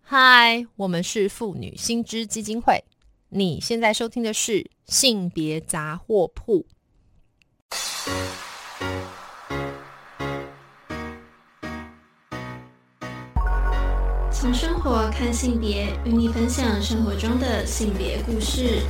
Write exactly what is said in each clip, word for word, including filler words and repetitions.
嗨，我们是妇女新知基金会，你现在收听的是性别杂货铺。 从生活看性别，与你分享生活中的性别故事。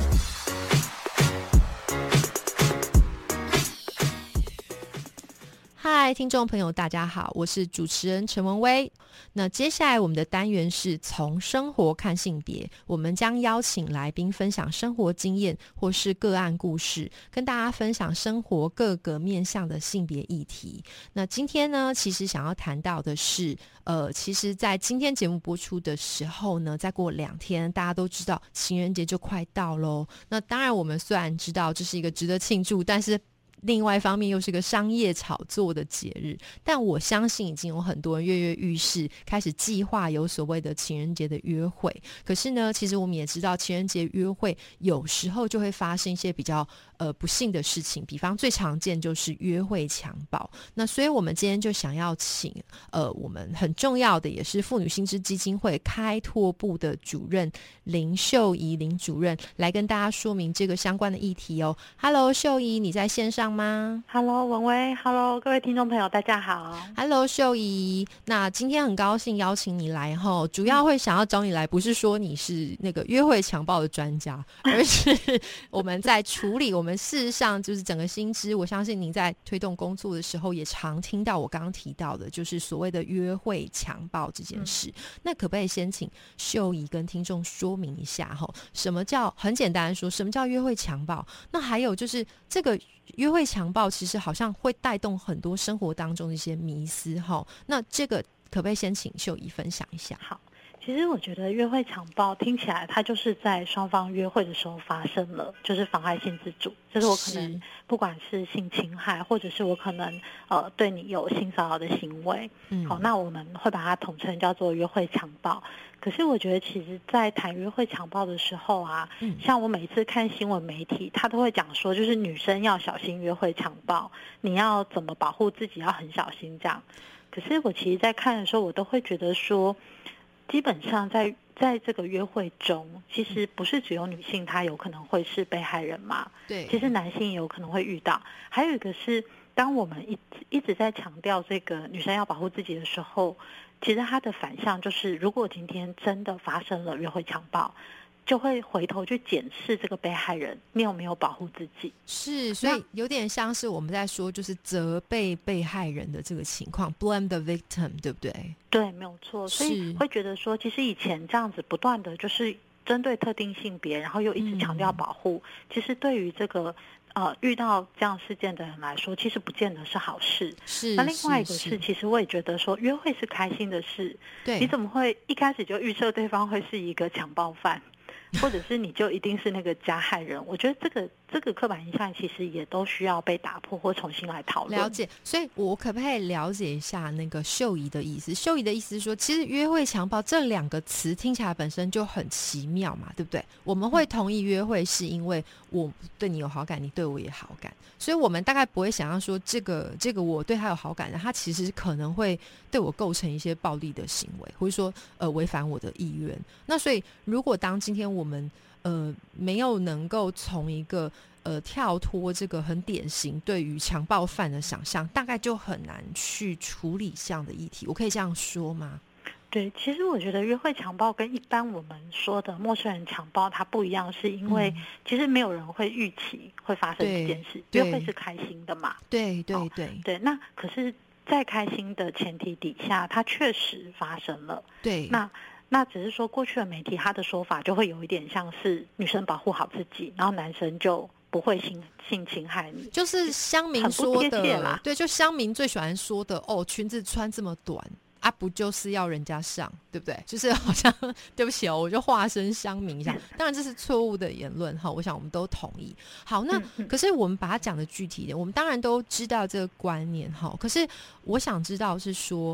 嗨，听众朋友大家好，我是主持人陈文薇。那接下来我们的单元是从生活看性别，我们将邀请来宾分享生活经验或是个案故事，跟大家分享生活各个面向的性别议题。那今天呢，其实想要谈到的是呃，其实在今天节目播出的时候呢，再过两天大家都知道情人节就快到咯。那当然我们虽然知道这是一个值得庆祝，但是另外一方面又是个商业炒作的节日，但我相信已经有很多人跃跃欲试，开始计划有所谓的情人节的约会。可是呢，其实我们也知道情人节约会有时候就会发生一些比较呃不幸的事情，比方最常见就是约会强暴。那所以我们今天就想要请呃我们很重要的也是妇女新知基金会开拓部的主任林秀仪林主任来跟大家说明这个相关的议题哦。Hello， 秀仪，你在线上吗？ Hello， 文薇 Hello， 各位听众朋友大家好。 Hello， 秀仪，那今天很高兴邀请你来齁，主要会想要找你来不是说你是那个约会强暴的专家，而是我们在处理我们事实上就是整个新知，我相信您在推动工作的时候也常听到我刚刚提到的就是所谓的约会强暴这件事、嗯、那可不可以先请秀仪跟听众说明一下齁，什么叫很简单说什么叫约会强暴，那还有就是这个约会强暴其实好像会带动很多生活当中的一些迷思齁，那这个可不可以先请秀仪分享一下？ 好，其实我觉得约会强暴听起来它就是在双方约会的时候发生了，就是妨碍性自主，就是我可能不管是性侵害或者是我可能呃对你有性骚扰的行为、嗯、好，那我们会把它统称叫做约会强暴。可是我觉得其实在谈约会强暴的时候啊、嗯、像我每次看新闻媒体他都会讲说就是女生要小心约会强暴，你要怎么保护自己要很小心这样。可是我其实在看的时候我都会觉得说基本上在在这个约会中其实不是只有女性她有可能会是被害人嘛，对，其实男性也有可能会遇到。还有一个是当我们一直一直在强调这个女生要保护自己的时候，其实它的反向就是如果今天真的发生了约会强暴，就会回头去检视这个被害人你有没有保护自己。 是，所以有点像是我们在说就是责备被害人的这个情况 blame the victim， 对不对？ 对，没有错。所以会觉得说其实以前这样子不断的就是针对特定性别然后又一直强调保护、嗯、其实对于这个呃，遇到这样事件的人来说其实不见得是好事。是，那另外一个是其实我也觉得说约会是开心的事，对，你怎么会一开始就预设对方会是一个强暴犯或者是你就一定是那个加害人？我觉得这个这个刻板印象其实也都需要被打破或重新来讨论。 了解，所以我可不可以了解一下那个秀仪的意思？秀仪的意思是说其实约会强暴这两个词听起来本身就很奇妙嘛，对不对？我们会同意约会是因为我对你有好感，你对我也好感，所以我们大概不会想象说这个这个我对他有好感的他其实可能会对我构成一些暴力的行为，或者说呃违反我的意愿。那所以如果当今天我们呃没有能够从一个呃跳脱这个很典型对于强暴犯的想象，大概就很难去处理这样的议题，我可以这样说吗？ 对，其实我觉得约会强暴跟一般我们说的陌生人强暴它不一样，是因为其实没有人会预期会发生这件事，约会是开心的嘛。对对对、哦、对，那可是在开心的前提底下它确实发生了。对，那那只是说过去的媒体他的说法就会有一点像是女生保护好自己，然后男生就不会性性侵害你，就是乡民说的， 对，就乡民最喜欢说的哦，裙子穿这么短啊，不就是要人家上，对不对？就是好像对不起哦，我就化身乡民一下，当然这是错误的言论哈，我想我们都同意。好，那、嗯嗯、可是我们把它讲的具体一点，我们当然都知道这个观念哈，可是我想知道是说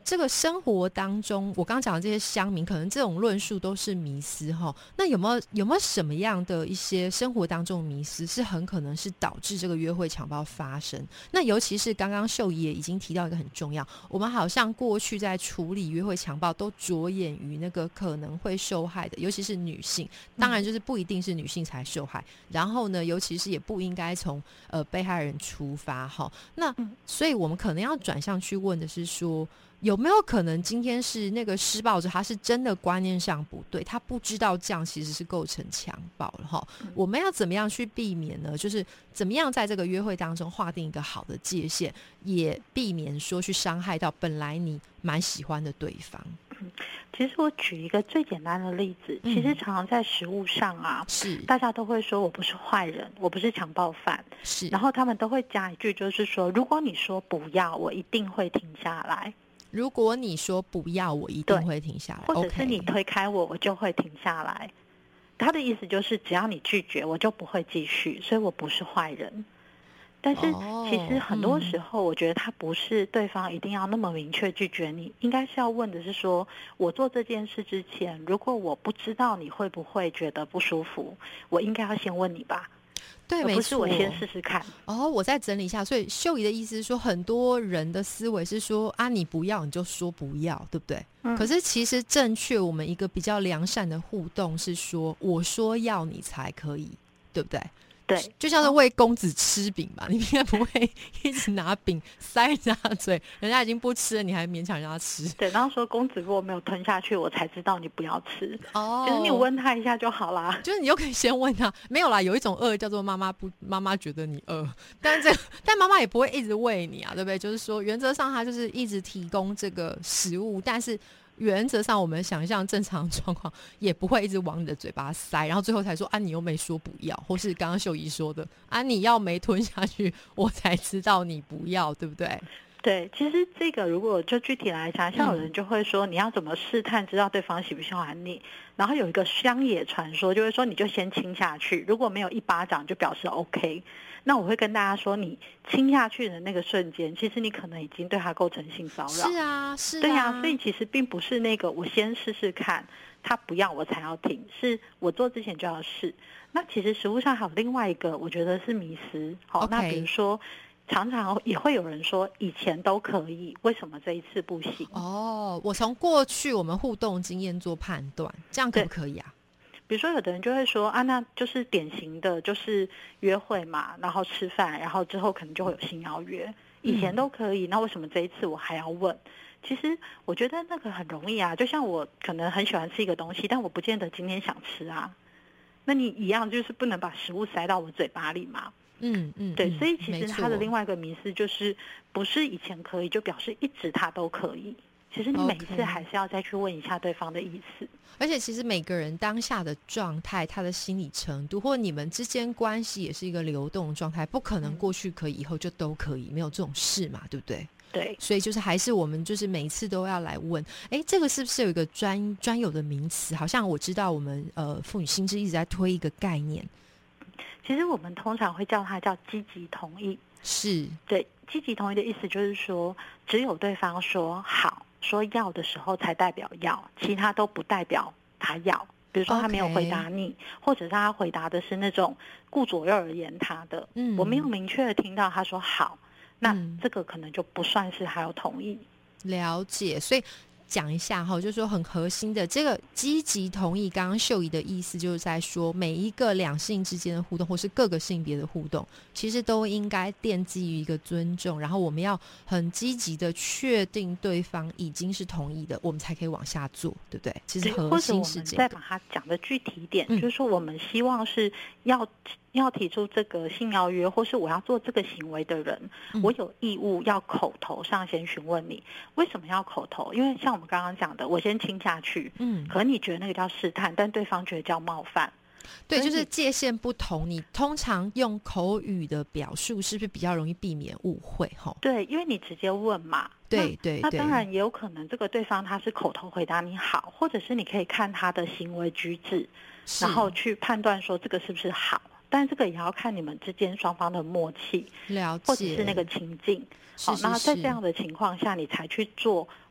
这个生活当中我刚刚讲的这些乡民可能这种论述都是迷思齁，那有没有有没有什么样的一些生活当中的迷思是很可能是导致这个约会强暴发生？那尤其是刚刚秀仪也已经提到一个很重要，我们好像过去在处理约会强暴都着眼于那个可能会受害的，尤其是女性，当然就是不一定是女性才受害，然后呢尤其是也不应该从呃被害人出发齁，那所以我们可能要转向去问的是说，有没有可能今天是那个施暴者他是真的观念上不对，他不知道这样其实是构成强暴了齁、嗯、我们要怎么样去避免呢？就是怎么样在这个约会当中划定一个好的界限，也避免说去伤害到本来你蛮喜欢的对方。 其实我举一个最简单的例子，其实常常在实务上啊，是大家都会说我不是坏人，我不是强暴犯，是，然后他们都会加一句，就是说如果你说不要，我一定会停下来。 如果你说不要，我一定会停下来， 或者是你推开我，我就会停下来。他的意思就是只要你拒绝，我就不会继续，所以我不是坏人。但是其实很多时候我觉得他不是对方一定要那么明确拒绝你，应该是要问的是说，我做这件事之前，如果我不知道你会不会觉得不舒服，我应该要先问你吧。 对，没错， 不是我先试试看。 哦，我再整理一下，所以秀仪的意思是说，很多人的思维是说啊，你不要你就说不要，对不对？嗯、可是其实正确，我们一个比较良善的互动是说，我说要你才可以，对不对？对，就像是喂公子吃饼吧，你应该不会一直拿饼塞人家的嘴，人家已经不吃了，你还勉强让他吃。 对，然后说公子如果没有吞下去，我才知道你不要吃。哦，就是你问他一下就好啦。 就是你又可以先问他，没有啦，有一种饿叫做妈妈不，妈妈觉得你饿，但这但妈妈也不会一直喂你啊，对不对？就是说原则上他就是一直提供这个食物，但是原则上我们想象正常状况也不会一直往你的嘴巴塞，然后最后才说啊你又没说不要，或是刚刚秀仪说的啊你要没吞下去我才知道你不要，对不对？ 对，其实这个如果就具体来讲，像有人就会说你要怎么试探知道对方喜不喜欢你，然后有一个乡野传说就会说你就先亲下去，如果没有一巴掌就表示 OK。那我会跟大家说，你亲下去的那个瞬间，其实你可能已经对他构成性骚扰。 是啊，是啊， 对啊，所以其实并不是那个我先试试看，他不要我才要停，是我做之前就要试。那其实实务上还有另外一个，我觉得是迷思。好， okay. 那比如说，常常也会有人说，以前都可以，为什么这一次不行？ 哦，我从过去我们互动经验做判断，这样可不可以啊？ 比如说有的人就会说啊，那就是典型的就是约会嘛，然后吃饭，然后之后可能就会有性邀约，以前都可以，那为什么这一次我还要问？其实我觉得那个很容易啊，就像我可能很喜欢吃一个东西，但我不见得今天想吃啊，那你一样就是不能把食物塞到我嘴巴里嘛。嗯嗯，对，所以其实它的另外一个迷思就是不是以前可以就表示一直它都可以，其实你每一次还是要再去问一下对方的意思。 而且其实每个人当下的状态，他的心理程度，或你们之间关系也是一个流动的状态，不可能过去可以以后就都可以，没有这种事嘛，对不对？ 对， 所以就是还是我们就是每一次都要来问，哎，这个是不是有一个专专有的名词？好像我知道我们呃妇女新知一直在推一个概念， 其实我们通常会叫它叫积极同意。 是， 对，积极同意的意思就是说，只有对方说好说要的时候才代表要，其他都不代表他要。比如说他没有回答你， okay. 或者是他回答的是那种顾左右而言他的、嗯、我没有明确的听到他说好，那这个可能就不算是还有同意。 了解，所以讲一下哈，就是说很核心的这个积极同意，刚刚秀仪的意思就是在说，每一个两性之间的互动，或是各个性别的互动，其实都应该奠基于一个尊重，然后我们要很积极的确定对方已经是同意的，我们才可以往下做，对不对？其实核心是这个。 或者我们再把它讲的具体一点、嗯、就是说我们希望是要要提出这个性邀约，或是我要做这个行为的人、嗯、我有义务要口头上先询问你。为什么要口头？因为像我们刚刚讲的，我先亲下去，嗯，可能你觉得那个叫试探，但对方觉得叫冒犯。 对，就是界限不同，你通常用口语的表述是不是比较容易避免误会？ 对，因为你直接问嘛。 对对对， 那当然也有可能这个对方他是口头回答你好，或者是你可以看他的行为举止，然后去判断说这个是不是好，但这个也要看你们之间双方的默契， 了解， 或者是那个情境。好，那在这样的情况下，你才去做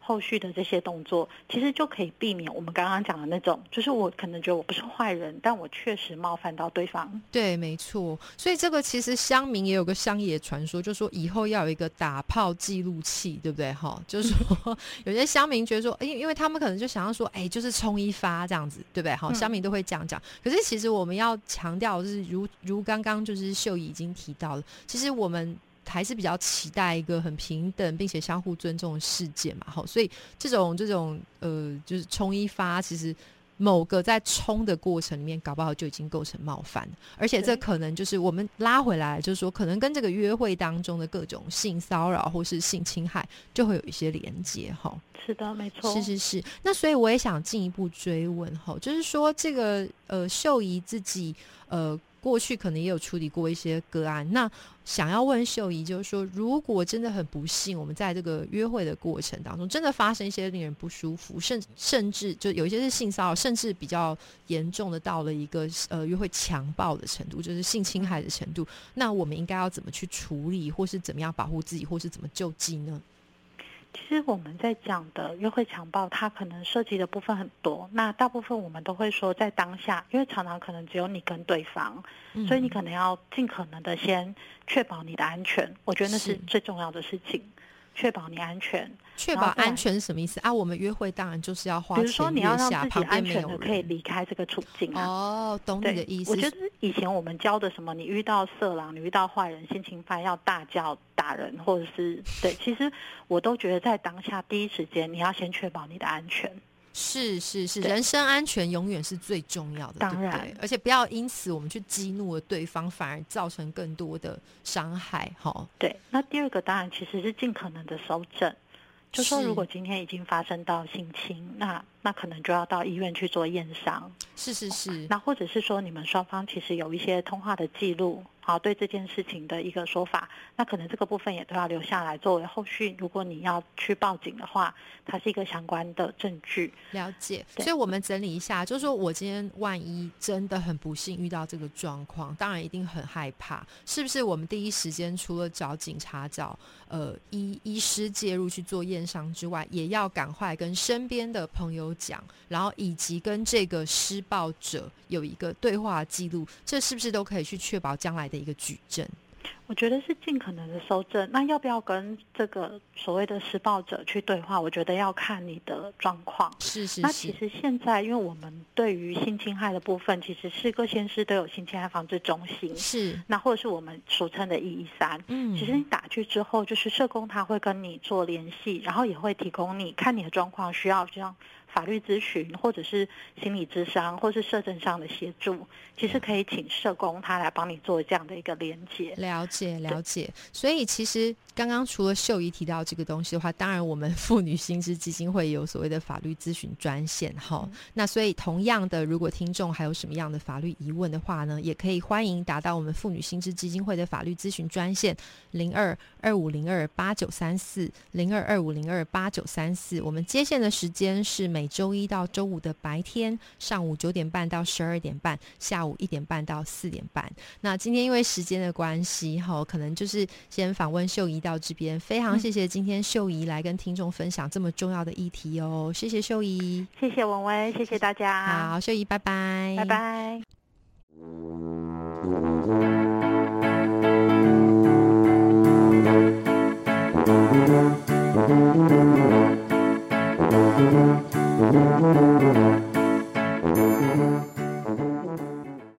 后续的这些动作，其实就可以避免我们刚刚讲的那种，就是我可能觉得我不是坏人，但我确实冒犯到对方。 对，没错。所以这个其实乡民也有个乡野传说，就说以后要有一个打炮记录器，对不对？就是说有些乡民觉得说，因因为他们可能就想要说，哎，就是冲一发这样子，对不对？好，乡民都会这样讲。可是其实我们要强调的是，如如刚刚就是秀仪已经提到了，其实我们还是比较期待一个很平等并且相互尊重的世界嘛，好，所以这种这种呃，就是冲一发，其实某个在冲的过程里面，搞不好就已经构成冒犯，而且这可能就是我们拉回来，就是说，可能跟这个约会当中的各种性骚扰或是性侵害，就会有一些连结哈。 是的，没错， 是是是。那所以我也想进一步追问哈，就是说这个呃，秀仪自己呃。过去可能也有处理过一些个案，那想要问秀仪，就是说，如果真的很不幸，我们在这个约会的过程当中，真的发生一些令人不舒服，甚甚至就有一些是性骚扰，甚至比较严重的到了一个呃约会强暴的程度，就是性侵害的程度，那我们应该要怎么去处理，或是怎么样保护自己，或是怎么救济呢？ 其实我们在讲的约会强暴，它可能涉及的部分很多。那大部分我们都会说，在当下，因为常常可能只有你跟对方，嗯、所以你可能要尽可能的先确保你的安全。我觉得那是最重要的事情，确保你安全。 确保安全是什么意思啊？我们约会当然就是要花钱， 比如说你要让自己安全的可以离开这个处境啊。 哦，懂你的意思。 我觉得以前我们教的什么，你遇到色狼，你遇到坏人、性侵犯要大叫打人，或者是对，其实我都觉得在当下第一时间，你要先确保你的安全。 是是是，人身安全永远是最重要的， 当然， 对不对？而且不要因此我们去激怒了对方，反而造成更多的伤害。哈， 对。那第二个当然其实是尽可能的搜证。就说如果今天已经发生到性侵，那那可能就要到医院去做验伤。 是是是。 那或者是说你们双方其实有一些通话的记录，好，对这件事情的一个说法，那可能这个部分也都要留下来，作为后续如果你要去报警的话，它是一个相关的证据。 了解。所以我们整理一下，就是说我今天万一真的很不幸遇到这个状况，当然一定很害怕，是不是我们第一时间除了找警察、找呃医医师介入去做验伤之外，也要赶快跟身边的朋友讲，然后以及跟这个施暴者有一个对话记录，这是不是都可以去确保将来的一个举证？ 我觉得是尽可能的搜证。那要不要跟这个所谓的施暴者去对话，我觉得要看你的状况。 是是是。 那其实现在因为我们对于性侵害的部分，其实是各县市都有性侵害防治中心， 是那或者是我们俗称的一一三。 嗯， 其实你打去之后，就是社工他会跟你做联系，然后也会提供你看你的状况需要像法律咨询或者是心理咨商或是社政上的协助，其实可以请社工他来帮你做这样的一个连结。 了解了解。所以其实刚刚除了秀仪提到这个东西的话，当然我们妇女新知基金会有所谓的法律咨询专线哈、嗯。那所以同样的，如果听众还有什么样的法律疑问的话呢，也可以欢迎打到我们妇女新知基金会的法律咨询专线零二二五零二八九三四零二二五零二八九三四。我们接线的时间是每周一到周五的白天，上午九点半到十二点半，下午一点半到四点半。那今天因为时间的关系哈，可能就是先访问秀仪到这边，非常谢谢今天秀仪来跟听众分享这么重要的议题哦，谢谢秀仪。 谢谢文薇，谢谢大家。 好，秀仪拜拜。 拜拜。